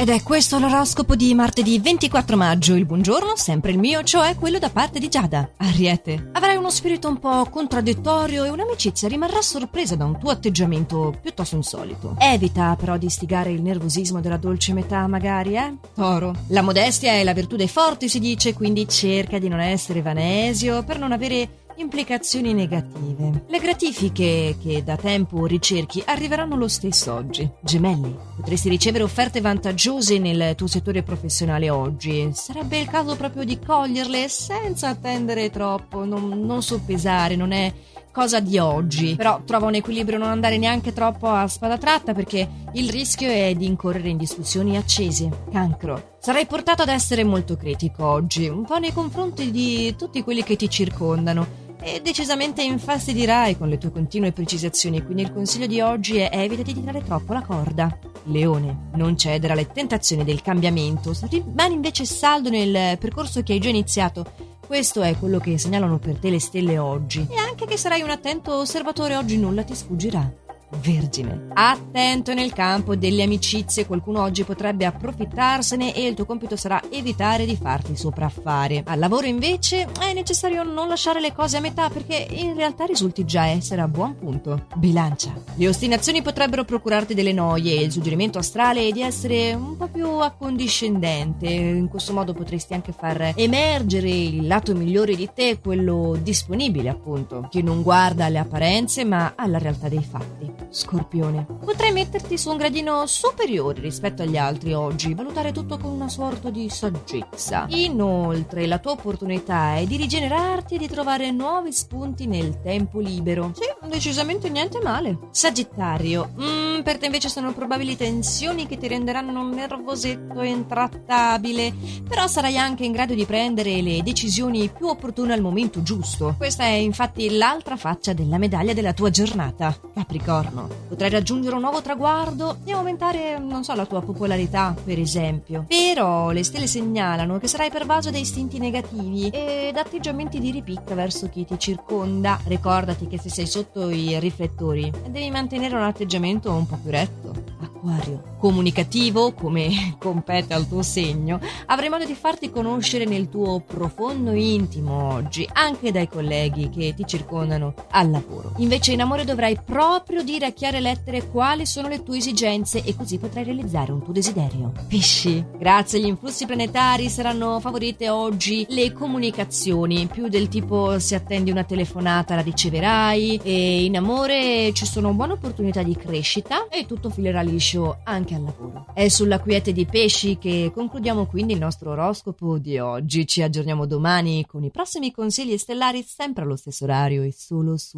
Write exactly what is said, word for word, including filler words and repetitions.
Ed è questo l'oroscopo di martedì ventiquattro maggio. Il buongiorno, sempre il mio, cioè quello da parte di Giada. Ariete, avrai uno spirito un po' contraddittorio e un'amicizia rimarrà sorpresa da un tuo atteggiamento piuttosto insolito. Evita però di istigare il nervosismo della dolce metà, magari, eh? Toro, la modestia è la virtù dei forti, si dice, quindi cerca di non essere vanesio per non avere implicazioni negative. Le gratifiche che da tempo ricerchi arriveranno lo stesso oggi. Gemelli, potresti ricevere offerte vantaggiose nel tuo settore professionale oggi. Sarebbe il caso proprio di coglierle senza attendere troppo, non, non soppesare, non è cosa di oggi. Però trova un equilibrio, non andare neanche troppo a spada tratta, perché il rischio è di incorrere in discussioni accese. Cancro, sarai portato ad essere molto critico oggi, un po' nei confronti di tutti quelli che ti circondano, e decisamente infastidirai con le tue continue precisazioni, quindi il consiglio di oggi è evitati di tirare troppo la corda. Leone, non cedere alle tentazioni del cambiamento, rimani invece saldo nel percorso che hai già iniziato. Questo è quello che segnalano per te le stelle oggi, e anche che sarai un attento osservatore oggi nulla ti sfuggirà. Vergine, attento nel campo delle amicizie, qualcuno oggi potrebbe approfittarsene e il tuo compito sarà evitare di farti sopraffare. Al lavoro invece è necessario non lasciare le cose a metà, perché in realtà risulti già essere a buon punto. Bilancia, le ostinazioni potrebbero procurarti delle noie e il suggerimento astrale è di essere un po' più accondiscendente. In questo modo potresti anche far emergere il lato migliore di te, quello disponibile appunto, che non guarda alle apparenze ma alla realtà dei fatti. Scorpione, potrai metterti su un gradino superiore rispetto agli altri oggi, valutare tutto con una sorta di saggezza. Inoltre la tua opportunità è di rigenerarti e di trovare nuovi spunti nel tempo libero. Sì, decisamente niente male. Sagittario, mm, per te invece sono probabili tensioni che ti renderanno nervosetto e intrattabile, però sarai anche in grado di prendere le decisioni più opportune al momento giusto. Questa è infatti l'altra faccia della medaglia della tua giornata. Capricorno, potrai raggiungere un nuovo traguardo e aumentare, non so, la tua popolarità, per esempio. Però le stelle segnalano che sarai pervaso da istinti negativi e da atteggiamenti di ripicca verso chi ti circonda. Ricordati che se sei sotto i riflettori devi mantenere un atteggiamento un po' più retto. Acquario, comunicativo come compete al tuo segno, avrai modo di farti conoscere nel tuo profondo intimo oggi, anche dai colleghi che ti circondano al lavoro. Invece in amore dovrai proprio dire a chiare lettere quali sono le tue esigenze e così potrai realizzare un tuo desiderio. Pesci, grazie agli influssi planetari saranno favorite oggi le comunicazioni, più del tipo se attendi una telefonata la riceverai, e in amore ci sono buone opportunità di crescita e tutto filerà liscio anche al lavoro. È sulla quiete di Pesci che concludiamo quindi il nostro oroscopo di oggi. Ci aggiorniamo domani con i prossimi consigli stellari, sempre allo stesso orario e solo su